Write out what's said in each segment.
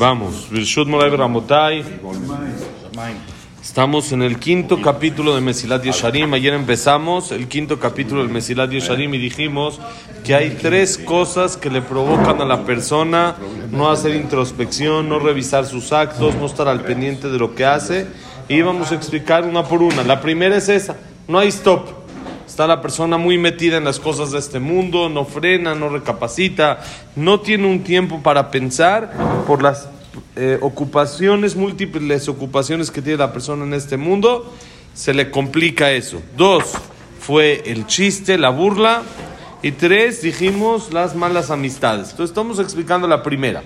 Vamos, Birshut Moray Ramotay. Estamos en el quinto capítulo de Mesilat Yesharim. Ayer empezamos el quinto capítulo del Mesilat Yesharim y dijimos que hay tres cosas que le provocan a la persona no hacer introspección, no revisar sus actos, no estar al pendiente de lo que hace. Y vamos a explicar una por una. La primera es esa, no hay stop. Está la persona muy metida en las cosas de este mundo, no frena, no recapacita, no tiene un tiempo para pensar por las múltiples ocupaciones que tiene la persona en este mundo, se le complica eso. 2, fue el chiste, la burla. Y 3, dijimos, las malas amistades. Entonces estamos explicando la primera.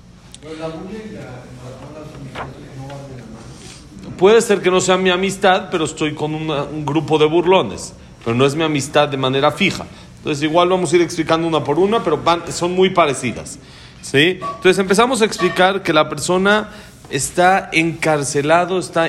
Puede ser que no sea mi amistad, pero estoy con un grupo de burlones. Pero no es mi amistad de manera fija. Entonces igual vamos a ir explicando una por una, pero son muy parecidas, ¿sí? Entonces empezamos a explicar que la persona está encarcelado, está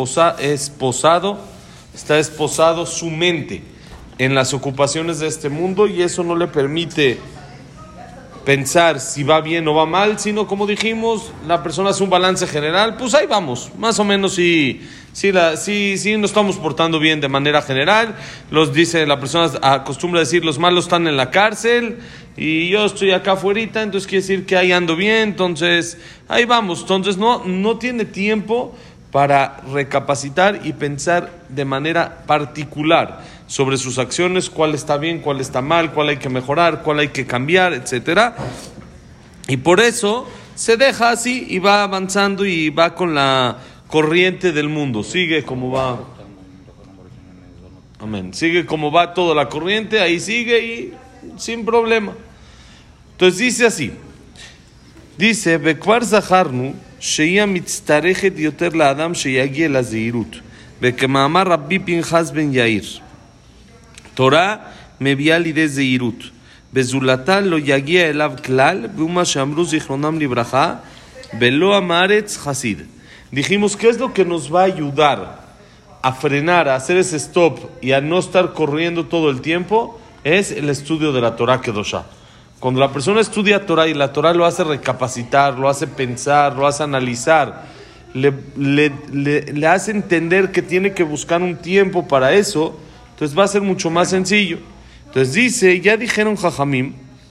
esposado su mente en las ocupaciones de este mundo, y eso no le permite pensar si va bien o va mal, sino, como dijimos, la persona hace un balance general, pues ahí vamos, más o menos si nos estamos portando bien de manera general. La persona acostumbra a decir, los malos están en la cárcel y yo estoy acá afuerita, entonces quiere decir que ahí ando bien, entonces ahí vamos. Entonces no tiene tiempo para recapacitar y pensar de manera particular sobre sus acciones, cuál está bien, cuál está mal, cuál hay que mejorar, cuál hay que cambiar, etcétera. Y por eso se deja así y va avanzando y va con la corriente del mundo, sigue como va. Amén. Sigue como va toda la corriente, ahí sigue y sin problema. Entonces dice así, dice, Bekvar Zaharnu, Sheia mitztarechet yoter la Adam sheyagie la zeirut, Bekemamar Rabbi Pinchas ben Yair, Torah mevia lide zeirut, Bezulata lo yagie elav klal, Beuma shamru zichronam libraja, Belo amaretz hasid. Dijimos, ¿qué es lo que nos va a ayudar a frenar, a hacer ese stop y a no estar corriendo todo el tiempo? Es el estudio de la Torah Kedoshá. Cuando la persona estudia Torah y la Torah lo hace recapacitar, lo hace pensar, lo hace analizar, le hace entender que tiene que buscar un tiempo para eso, entonces va a ser mucho más sencillo. Entonces dice, ya dijeron Jajamim,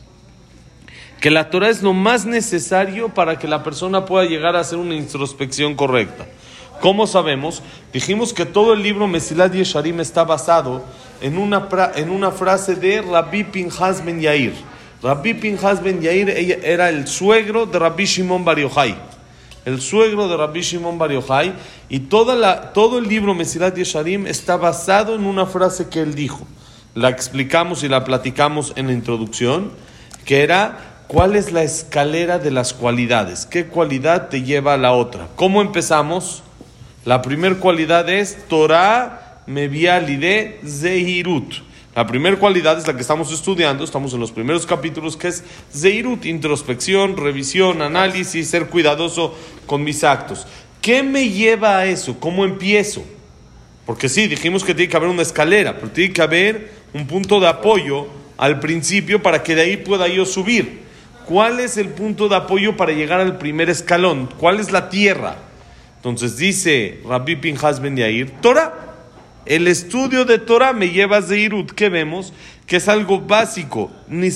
que la Torah es lo más necesario para que la persona pueda llegar a hacer una introspección correcta. ¿Cómo sabemos? Dijimos que todo el libro Mesilat Yesharim está basado en una frase de Rabbi Pinchas ben Yair. Rabbi Pinchas ben Yair era el suegro de Rabbi Shimon Bar Yochai. El suegro de Rabbi Shimon Bar Yochai. Y todo el libro Mesilat Yesharim está basado en una frase que él dijo. La explicamos y la platicamos en la introducción, que era: ¿cuál es la escalera de las cualidades? ¿Qué cualidad te lleva a la otra? ¿Cómo empezamos? La primera cualidad es Torah mevia lide zeirut. La primera cualidad es la que estamos estudiando, estamos en los primeros capítulos, que es zeirut, introspección, revisión, análisis, ser cuidadoso con mis actos. ¿Qué me lleva a eso? ¿Cómo empiezo? Porque sí, dijimos que tiene que haber una escalera, pero tiene que haber un punto de apoyo al principio para que de ahí pueda yo subir. ¿Cuál es el punto de apoyo para llegar al primer escalón? ¿Cuál es la tierra? Entonces dice Rabbi Pinchas ben Yair, Torah. El estudio de Torah me lleva a Zeirut, que vemos que es algo básico,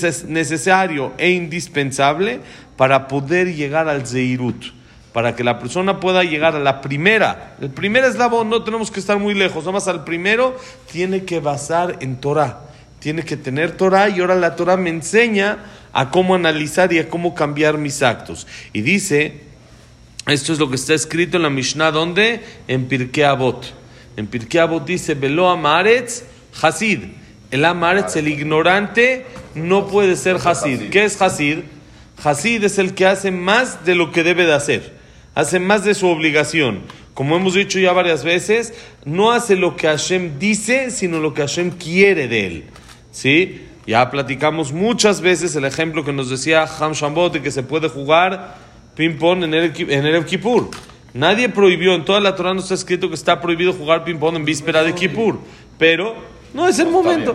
necesario e indispensable para poder llegar al Zeirut. Para que la persona pueda llegar a el primer eslabón, no tenemos que estar muy lejos, nada más al primero, tiene que basar en Torah. Tiene que tener Torah, y ahora la Torah me enseña a cómo analizar y a cómo cambiar mis actos. Y dice, esto es lo que está escrito en la Mishnah, ¿dónde? En Pirkei Avot. En Pirkei Avot dice, Belo amaretz hasid. El amaretz, el ignorante, no puede ser hasid. ¿Qué es hasid? Hasid es el que hace más de lo que debe de hacer. Hace más de su obligación. Como hemos dicho ya varias veces, no hace lo que Hashem dice, sino lo que Hashem quiere de él. ¿Sí? Ya platicamos muchas veces el ejemplo que nos decía Ham Shambot, de que se puede jugar ping-pong en Erev Kippur. Nadie prohibió, en toda la Torah no está escrito que está prohibido jugar ping-pong en víspera de Kippur, pero no es el momento,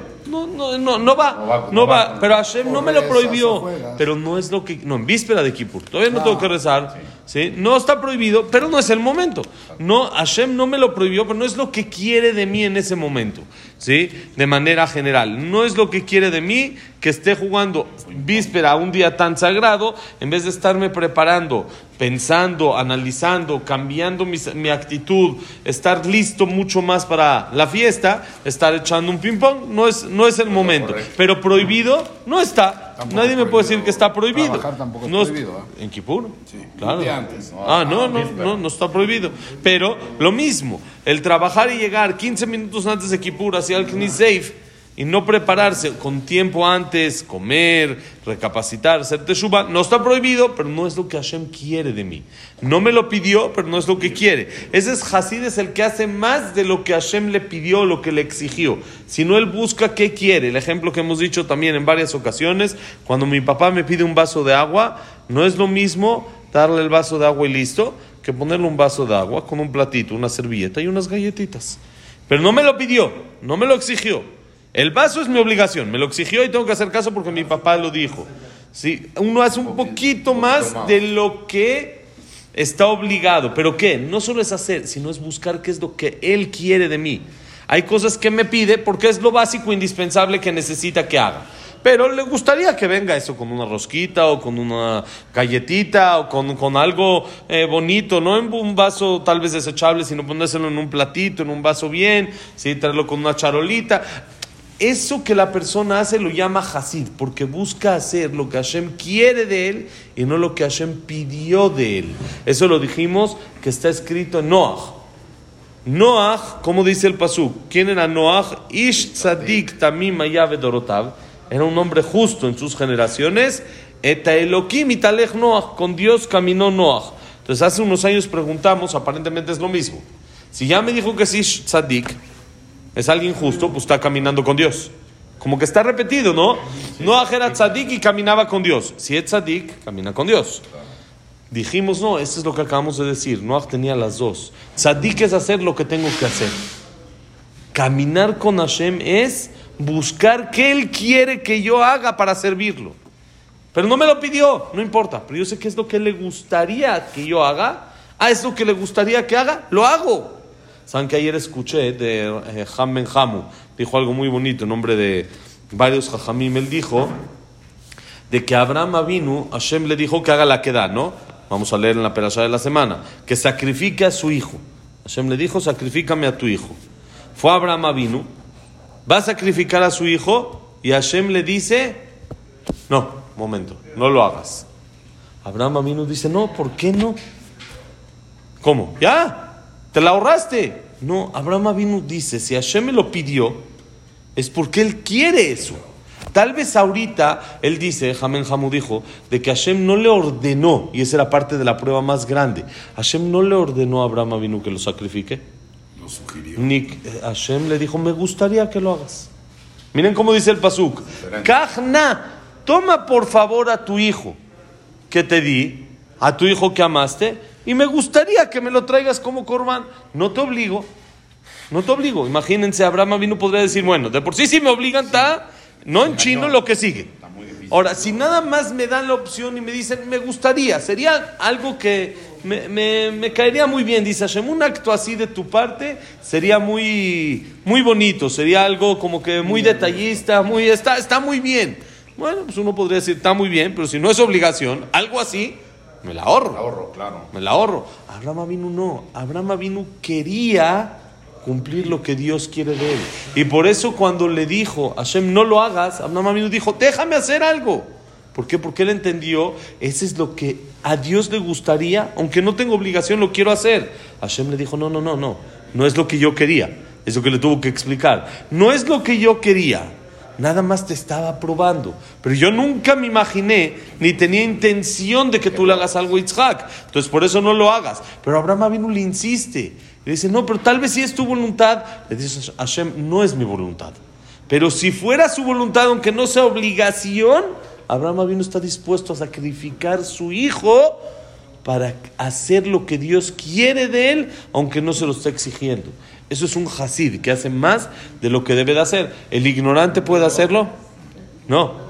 no va, pero Hashem no me lo prohibió, pero no es lo que, en víspera de Kippur, todavía no tengo que rezar, ¿sí? No está prohibido, pero no es el momento. No, Hashem no me lo prohibió, pero no es lo que quiere de mí en ese momento, ¿sí? De manera general. No es lo que quiere de mí que esté jugando víspera a un día tan sagrado, en vez de estarme preparando, pensando, analizando, cambiando mi actitud, estar listo mucho más para la fiesta, estar echando un ping-pong, no es el momento. Correcto. Pero prohibido no está. Tampoco Nadie me puede decir que está prohibido. Trabajar tampoco es No prohibido, en Kippur, Sí, claro. un día antes, ¿no? No está prohibido. Pero lo mismo, el trabajar y llegar 15 minutos antes de Kippur hacia el Knesset y no prepararse con tiempo antes, comer, recapacitar, hacer teshuva, no está prohibido, pero no es lo que Hashem quiere de mí. No me lo pidió, pero no es lo que quiere. Ese es Hasid, es el que hace más de lo que Hashem le pidió, lo que le exigió. Si no, él busca qué quiere. El ejemplo que hemos dicho también en varias ocasiones, cuando mi papá me pide un vaso de agua, no es lo mismo darle el vaso de agua y listo, que ponerle un vaso de agua con un platito, una servilleta y unas galletitas. Pero no me lo pidió, no me lo exigió. El vaso es mi obligación, me lo exigió y tengo que hacer caso porque mi papá lo dijo. ¿Sí? Uno hace un poquito más de lo que está obligado. ¿Pero qué? No solo es hacer, sino es buscar qué es lo que él quiere de mí. Hay cosas que me pide porque es lo básico, indispensable que necesita que haga. Pero le gustaría que venga eso con una rosquita o con una galletita o con algo bonito, no en un vaso tal vez desechable, sino ponérselo en un platito, en un vaso bien, ¿sí? Traerlo con una charolita. Eso que la persona hace lo llama Hasid, porque busca hacer lo que Hashem quiere de él y no lo que Hashem pidió de él. Eso lo dijimos que está escrito en Noach. Noach, como dice el pasuk, ¿quién era Noach? Ish tzadik tamim haya bedorotav. Era un hombre justo en sus generaciones. Eta Elokim italech Noach, con Dios caminó Noach. Entonces hace unos años preguntamos, aparentemente es lo mismo. Si ya me dijo que es Ish tzadik, es alguien justo, pues está caminando con Dios. Como que está repetido, ¿no? Noach era tzadik y caminaba con Dios. Si es tzadik, camina con Dios. Dijimos, no, eso es lo que acabamos de decir. Noach tenía las dos. Tzadik es hacer lo que tengo que hacer. Caminar con Hashem es buscar qué Él quiere que yo haga para servirlo. Pero no me lo pidió, no importa. Pero yo sé qué es lo que le gustaría que yo haga. Es lo que le gustaría que haga, lo hago. Saben que ayer escuché de Ham Ben Hamu, dijo algo muy bonito en nombre de varios Jajamim. Él dijo de que Abraham Avinu, Hashem le dijo que haga la queda, ¿no? Vamos a leer en la perashá de la semana, que sacrifique a su hijo. Hashem le dijo, sacrifícame a tu hijo. Fue Abraham Avinu, va a sacrificar a su hijo y Hashem le dice, no, momento, no lo hagas. Abraham Avinu dice, no, ¿por qué no? ¿Cómo? ¿Ya? ¿Te la ahorraste? No, Abraham Avinu dice, si Hashem me lo pidió, es porque Él quiere eso. Tal vez ahorita, él dice, Jamen Hamu dijo, de que Hashem no le ordenó, y esa era parte de la prueba más grande, Hashem no le ordenó a Abraham Avinu que lo sacrifique. Lo sugirió. Ni Hashem le dijo, me gustaría que lo hagas. Miren cómo dice el pasuk. Kachna, toma por favor a tu hijo que te di, a tu hijo que amaste, y me gustaría que me lo traigas como corbán. No te obligo. Imagínense, Abraham Avinu podría decir, bueno, de por sí si me obligan, está, no en chino lo que sigue. Ahora, si nada más me dan la opción y me dicen, me gustaría, sería algo que me caería muy bien, dice Hashem, un acto así de tu parte sería muy, muy bonito, sería algo como que muy detallista, está muy bien. Bueno, pues uno podría decir, está muy bien, pero si no es obligación, algo así, me la ahorro. Me la ahorro. Abraham Avinu no. Abraham Avinu quería cumplir lo que Dios quiere de él. Y por eso cuando le dijo, Hashem, no lo hagas, Abraham Avinu dijo, déjame hacer algo. ¿Por qué? Porque él entendió, ese es lo que a Dios le gustaría, aunque no tengo obligación, lo quiero hacer. Hashem le dijo, no es lo que yo quería. Es lo que le tuvo que explicar. No es lo que yo quería. Nada más te estaba probando. Pero yo nunca me imaginé, ni tenía intención de que tú le hagas algo a Yitzhak. Entonces por eso no lo hagas. Pero Abraham Avinu le insiste. Le dice, no, pero tal vez sí es tu voluntad. Le dice Hashem, no es mi voluntad. Pero si fuera su voluntad, aunque no sea obligación, Abraham Avinu está dispuesto a sacrificar su hijo para hacer lo que Dios quiere de él, aunque no se lo está exigiendo. Eso es un hasid, que hace más de lo que debe de hacer. ¿El ignorante puede hacerlo? No.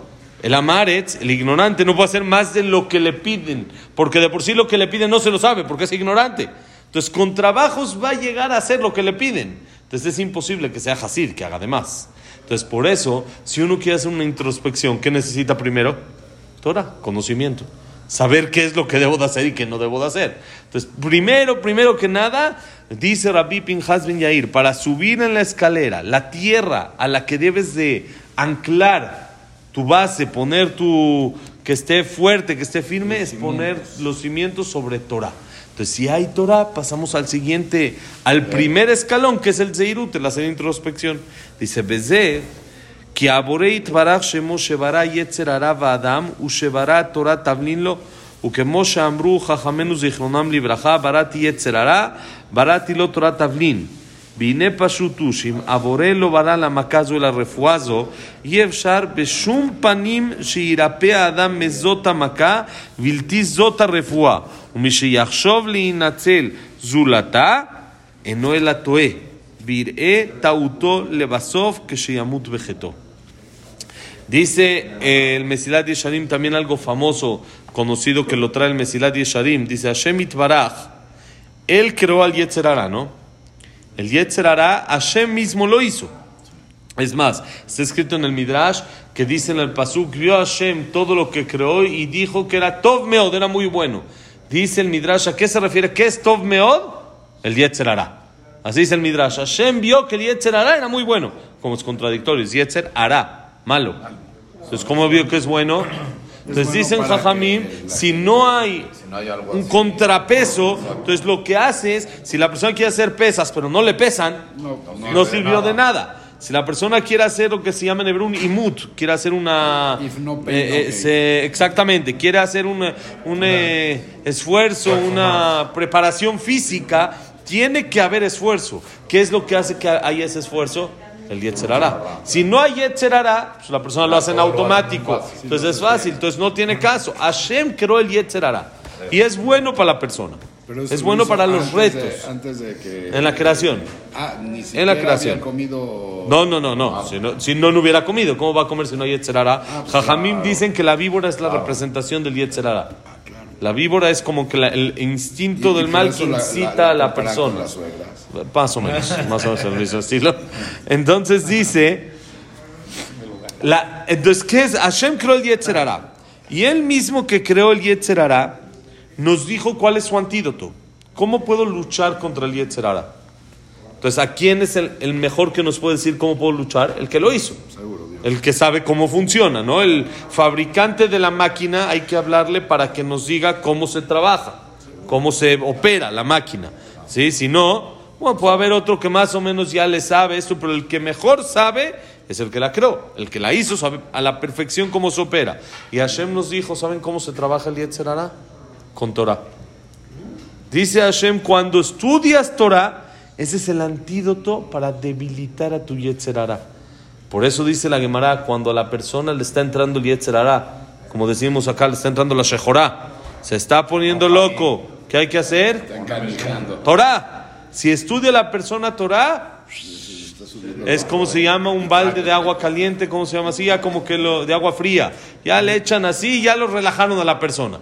El amaretz, el ignorante, no puede hacer más de lo que le piden, porque de por sí lo que le piden no se lo sabe, porque es ignorante. Entonces, con trabajos va a llegar a hacer lo que le piden. Entonces, es imposible que sea Hasid, que haga de más. Entonces, por eso, si uno quiere hacer una introspección, ¿qué necesita primero? Torah, conocimiento. Saber qué es lo que debo de hacer y qué no debo de hacer. Entonces, primero que nada, dice Rabbi Pinhas Ben Yair, para subir en la escalera, la tierra a la que debes de anclar tu base, poner que esté fuerte, que esté firme, es poner los cimientos sobre Torah. Entonces, si hay Torah, pasamos al primer escalón, que es el Zeirut, el hacer introspección. Dice, Bezeh, כי הבורא יתברך שמו שברא יצר הרע ואדם ושברא תורה תבלין לו וכמו שאמרו חכמינו זיכרונם לברכה בראתי יצר הרע בראתי לו תורה תבלין והנה פשוט הוא שאם הבורא לא ברא למכה זו לרפואה זו אי אפשר בשום פנים שירפא האדם מזאת המכה בלתי זאת הרפואה ומי שיחשוב להינצל זולתה אינו אלא טועה ויראה טעותו לבסוף כשימות בחטאו. Dice el Mesilat Yesharim también algo famoso, conocido que lo trae el Mesilat Yesharim. Dice Hashem Itbaraj, él creó al Yetzer Hara, ¿no? El Yetzer Hara, Hashem mismo lo hizo. Es más, está escrito en el Midrash que dice en el Pasuk, vio Hashem todo lo que creó y dijo que era Tov Meod, era muy bueno. Dice el Midrash, ¿a qué se refiere? ¿Qué es Tov Meod? El Yetzer Hara. Así dice el Midrash, Hashem vio que el Yetzer Hara era muy bueno. Como es contradictorio, es Yetzer Hara. Malo. Entonces, ¿cómo vio que es bueno? Entonces dicen Jajamim, si no hay un contrapeso, entonces lo que hace es, si la persona quiere hacer pesas, pero no le pesan, no sirvió de nada. Si la persona quiere hacer lo que se llama en hebreo un imut, quiere hacer exactamente, quiere hacer un esfuerzo, una preparación física, tiene que haber esfuerzo. ¿Qué es lo que hace que haya ese esfuerzo? El Yetzer Hara. Si no hay Yetzer Hara, pues la persona lo hace en automático. Entonces es fácil, entonces no tiene caso. Hashem creó el Yetzer Hara y es bueno para la persona. Es bueno para los retos. Antes de que en la creación. Ni siquiera en la creación. había comido. No. Si no hubiera comido, ¿cómo va a comer si no hay Yetzer Hara? Jajamim dicen que la víbora es la representación del Yetzer Hara. La víbora es como que el instinto del mal que incita a la persona. Más o menos el mismo estilo. Entonces dice, entonces, ¿qué es? Hashem creó el Yetzer Hara. Y él mismo que creó el Yetzer Hara nos dijo cuál es su antídoto. ¿Cómo puedo luchar contra el Yetzer Hara? Entonces, ¿a quién es el mejor que nos puede decir cómo puedo luchar? El que lo hizo. El que sabe cómo funciona, ¿no? El fabricante de la máquina hay que hablarle para que nos diga cómo se trabaja, cómo se opera la máquina. ¿Sí? Si no, bueno, puede haber otro que más o menos ya le sabe esto, pero el que mejor sabe es el que la creó. El que la hizo sabe a la perfección cómo se opera. Y Hashem nos dijo, ¿saben cómo se trabaja el Yetzer Hara? Con Torah. Dice Hashem, cuando estudias Torah, ese es el antídoto para debilitar a tu Yetzer Hara. Por eso dice la Gemara, cuando a la persona le está entrando el Yetzer Hara, como decimos acá, le está entrando la Shejorá, se está poniendo loco, ¿qué hay que hacer? Torah. Si estudia la persona Torah, es como se llama un balde de agua caliente, ¿cómo se llama así? Ya como que de agua fría. Ya le echan así y ya lo relajaron a la persona.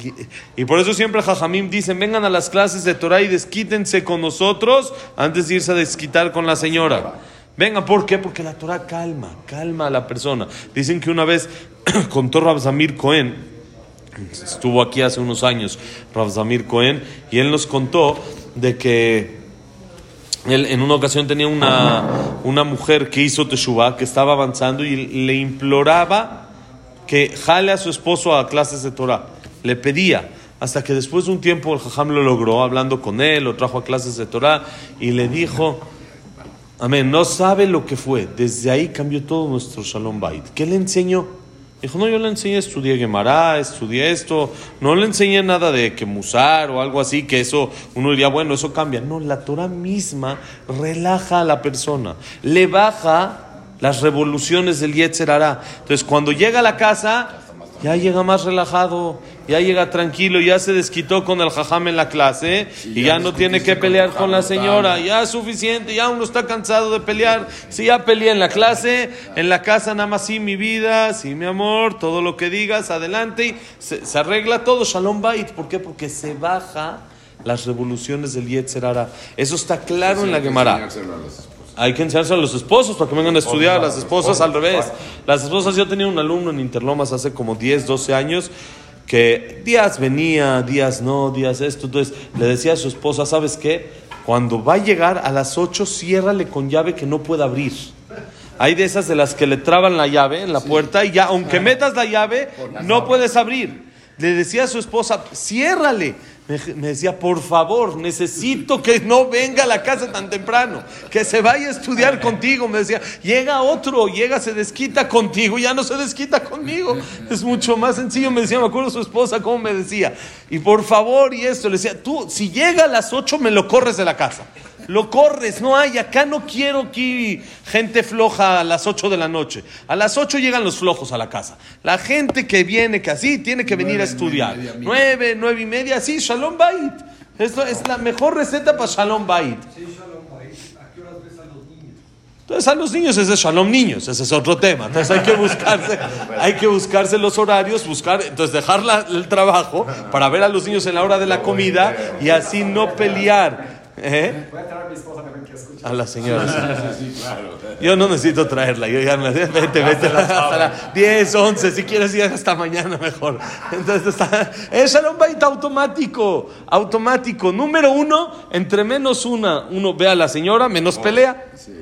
Y por eso siempre Jajamim dicen, vengan a las clases de Torah y desquítense con nosotros antes de irse a desquitar con la señora. Venga, ¿por qué? Porque la Torah calma a la persona. Dicen que una vez contó Rav Zamir Cohen, estuvo aquí hace unos años Rav Zamir Cohen, y él nos contó de que él en una ocasión tenía una mujer que hizo teshuvah, que estaba avanzando y le imploraba que jale a su esposo a clases de Torah. Le pedía, hasta que después de un tiempo el jajam lo logró, hablando con él, lo trajo a clases de Torah y le dijo... Amén, no sabe lo que fue. Desde ahí cambió todo nuestro Shalom Bait. ¿Qué le enseñó? Dijo, no, yo le enseñé, estudié Gemara, estudié esto. No le enseñé nada de que musar o algo así, que eso, uno diría, bueno, eso cambia. No, la Torah misma relaja a la persona. Le baja las revoluciones del Yetzer Hara. Entonces, cuando llega a la casa, ya llega más relajado, ya llega tranquilo, ya se desquitó con el jajam en la clase, y ya no tiene que pelear con la señora, ya es suficiente, ya uno está cansado de pelear. Si ya peleé en la clase, en la casa nada más sí mi vida, sí mi amor, todo lo que digas, adelante, y se arregla todo, Shalom Bait. ¿Por qué? Porque se baja las revoluciones del Yetzer Hara. Eso está claro en la Gemara. Hay que enseñárselo a los esposos para que vengan a estudiar. Las esposas al revés. Las esposas, yo tenía un alumno en Interlomas hace como 10, 12 años que días venía, días no, días esto. Entonces le decía a su esposa, ¿sabes qué? Cuando va a llegar a las 8, ciérrale con llave que no pueda abrir. Hay de esas de las que le traban la llave en la puerta y ya, aunque metas la llave, no puedes abrir. Le decía a su esposa, ciérrale. Me decía, por favor, necesito que no venga a la casa tan temprano, que se vaya a estudiar contigo. Me decía, llega otro, se desquita contigo, ya no se desquita conmigo. Es mucho más sencillo. Me decía, me acuerdo su esposa cómo me decía, y por favor, y esto, le decía, tú, si llega a las 8, me lo corres de la casa. Lo corres, no hay, acá no quiero aquí gente floja a las 8 de la noche. A las 8 llegan los flojos a la casa. La gente que viene, que así, tiene que venir a estudiar. 9, 9:30, así, Shalom Bait. Esto es la mejor receta para Shalom Bait. Sí, Shalom Bait. ¿A qué horas ves a los niños? Entonces a los niños ese es Shalom Niños, ese es otro tema. Entonces hay que buscarse los horarios, entonces dejar el trabajo para ver a los niños en la hora de la comida y así no pelear. Voy a traer a mi esposa también que escucha. A la señora. Sí, claro. Yo no necesito traerla, yo ya vete hasta las 10, 11, si quieres ir hasta mañana mejor. Entonces es Shalom Bait automático. Número 1, entre menos uno ve a la señora, menos pelea. Sí.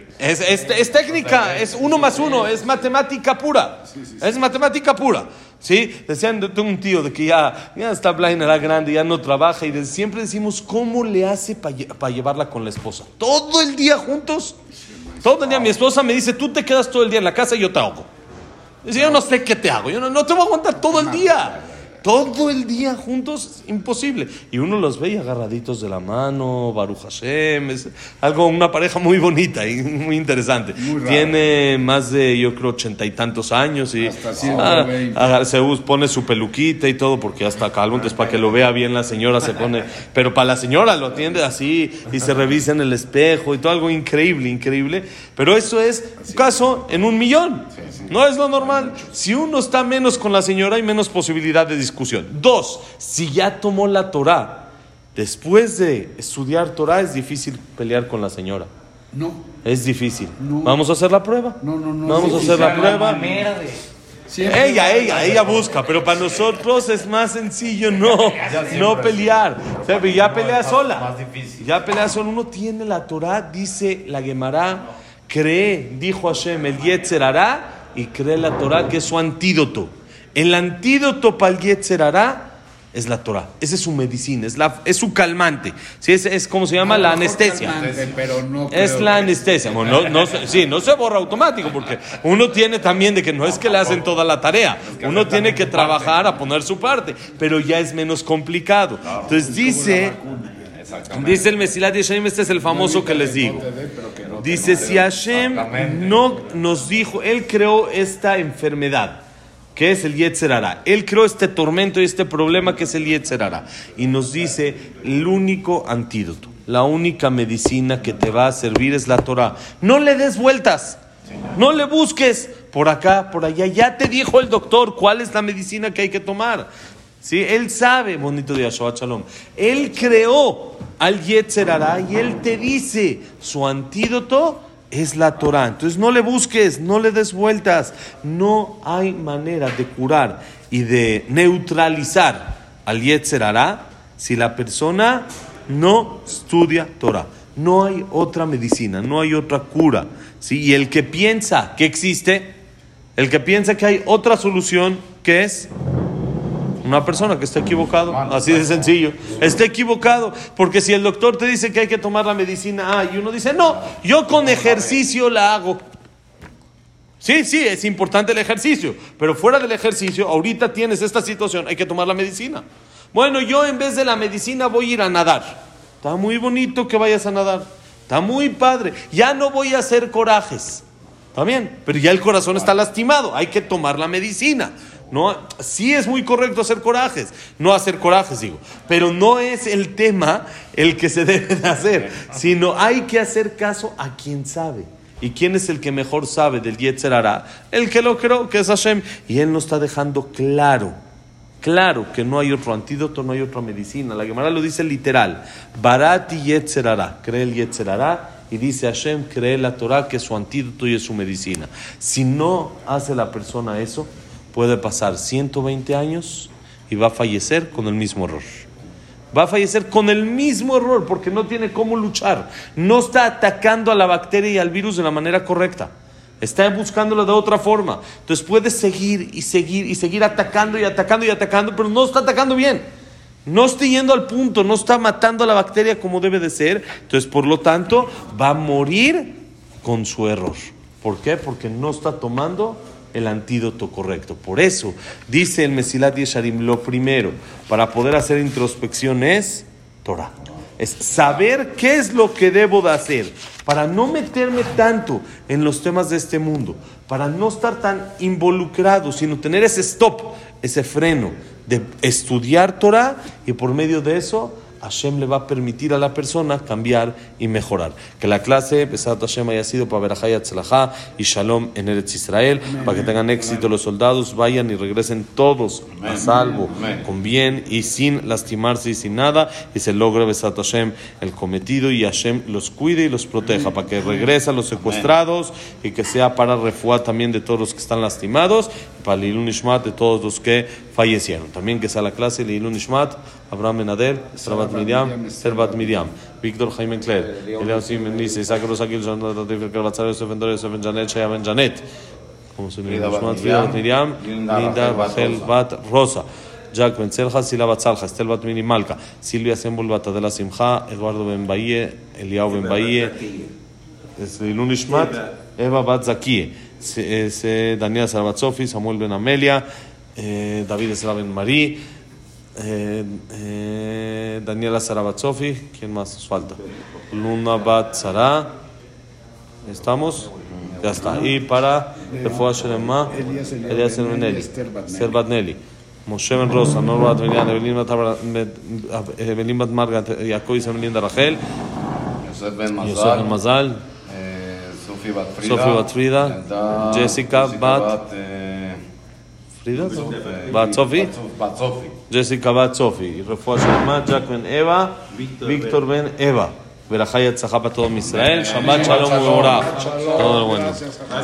Es técnica, es 1 más 1, es matemática pura. Es matemática pura. ¿Sí? Decían, tengo un tío de que ya está blind, era grande, ya no trabaja, y siempre decimos, ¿cómo le hace para llevarla con la esposa? Todo el día juntos. Todo el día mi esposa me dice, tú te quedas todo el día en la casa y yo te hago. Dice, yo no sé qué te hago, yo no te voy a aguantar todo el día. Todo el día juntos, imposible. Y uno los ve agarraditos de la mano, Baruch Hashem, es una pareja muy bonita y muy interesante. Muy tiene más de, yo creo, 80 y tantos años y hasta 120. se pone su peluquita y todo porque hasta calvo, entonces para que lo vea bien la señora se pone, pero para la señora lo atiende así y se revisa en el espejo y todo, algo increíble. Pero eso es un caso en 1,000,000. No es lo normal. Si uno está menos con la señora, hay menos posibilidad de discusión. 2, si ya tomó la Torah, después de estudiar Torah, es difícil pelear con la señora. No. Es difícil. No. Vamos a hacer la prueba. No. Vamos a hacer la prueba. Siempre Ella busca, pero para nosotros es más sencillo no pelear. O sea, ya pelea sola. Ya pelea sola. Uno tiene la Torah, dice la Gemara, dijo Hashem, el Yetzer Hara, y cree la Torah, que es su antídoto. El antídoto para el Yetzer Hara es la Torah. Esa es su medicina, es su calmante. ¿Sí? Es como se llama, la anestesia. Pero no es la anestesia. Bueno, no se borra automático, porque uno tiene también de que no es que le hacen toda la tarea. Uno tiene que trabajar a poner su parte, pero ya es menos complicado. Entonces dice el Mesilat Yesharim, este es el famoso que les digo. Dice, si Hashem no nos dijo, Él creó esta enfermedad, que es el Yetzer Hara. Él creó este tormento y este problema que es el Yetzer Hara. Y nos dice, el único antídoto, la única medicina que te va a servir es la Torah. No le des vueltas, no le busques por acá, por allá. Ya te dijo el doctor cuál es la medicina que hay que tomar. ¿Sí? Él sabe, bonito día, Shabbat Shalom. Él creó al Yetzer Hara y Él te dice, su antídoto es la Torah. Entonces no le busques, no le des vueltas. No hay manera de curar y de neutralizar al Yetzer Hara si la persona no estudia Torah. No hay otra medicina, no hay otra cura. ¿Sí? Y el que piensa que existe, el que piensa que hay otra solución, ¿qué es? Una persona que está equivocado, así de sencillo. Está equivocado, porque si el doctor te dice que hay que tomar la medicina y uno dice, no, yo con ejercicio la hago. Sí, es importante el ejercicio, pero fuera del ejercicio, ahorita tienes esta situación, hay que tomar la medicina. Bueno, yo en vez de la medicina voy a ir a nadar. Está muy bonito que vayas a nadar, está muy padre. Ya no voy a hacer corajes, está bien, pero ya el corazón está lastimado, hay que tomar la medicina. No, sí es muy correcto hacer corajes, no hacer corajes, digo. Pero no es el tema el que se debe de hacer, sino hay que hacer caso a quien sabe. ¿Y quién es el que mejor sabe del Yetzer Hará? El que lo creó, que es Hashem. Y Él nos está dejando claro que no hay otro antídoto, no hay otra medicina. La Gemara lo dice literal. Barati Yetzer Hará. Cree el Yetzer Hará y dice Hashem, cree la Torah que es su antídoto y es su medicina. Si no hace la persona eso, puede pasar 120 años y va a fallecer con el mismo error. Va a fallecer con el mismo error porque no tiene cómo luchar. No está atacando a la bacteria y al virus de la manera correcta. Está buscándolo de otra forma. Entonces puede seguir atacando, pero no está atacando bien. No está yendo al punto, no está matando a la bacteria como debe de ser. Entonces, por lo tanto, va a morir con su error. ¿Por qué? Porque no está tomando el antídoto correcto. Por eso, dice el Mesilat Yesharim, lo primero para poder hacer introspección es Torah. Es saber qué es lo que debo de hacer para no meterme tanto en los temas de este mundo, para no estar tan involucrado, sino tener ese stop, ese freno de estudiar Torah, y por medio de eso Hashem le va a permitir a la persona cambiar y mejorar. Que la clase, Besat Hashem, haya sido para Berajá y Atzlajá y Shalom en Eretz Israel, para que tengan éxito los soldados, vayan y regresen todos a salvo, con bien y sin lastimarse y sin nada, y se logre Besat Hashem el cometido, y Hashem los cuide y los proteja, para que regresen los secuestrados y que sea para refuá también de todos los que están lastimados, y para Leilun Nishmat de todos los que fallecieron. También que sea la clase Leilun Nishmat Abraham Benader, Sarbat Miriam, Serbat Miriam, Víctor Jaime Cler, Eliasim Benlice, Isaac Rosakil, Jonathan Tatif, Carvazar, Yosef Endor, Yosef Ben Janet, Shaya Ben Janet, como se llama, Frida Bat Miriam, Linda Rachel Bat Rosa, Jack Ben Selja, Sila Bat Salja, Estel Bat Mini Malka, Silvia Sembol Bat Adela Simcha, Eduardo Ben Bahie, Eliao Ben Bahie, Leilun Nishmat, Eva Bat Zakie, Daniela Sarabat Sofi, Samuel Ben Amelia, David Esra Ben Marí, Daniela Sarabat Sofi, ¿quién más nos falta? Luna Bat Sara, ¿estamos? Ya está. Y para Refuah Shelema, Elías Ben Nelly, Esther Bat Nelly, Moshe Ben Rosa, Nor Bat Miriam, Evelyn Bat Marga, Jacob y Melinda Rachel, Yosef Ben Mazal, Sofi Bat Frida, Jessica Bat Frida, Bat Sofi, Jessica Bat Sofi, y Refuah Shelema, Jack Ben Eva, Víctor Ben Eva. Berajá y Atzlajá para todo Israel. Shabbat Shalom Uborah. Todo lo bueno.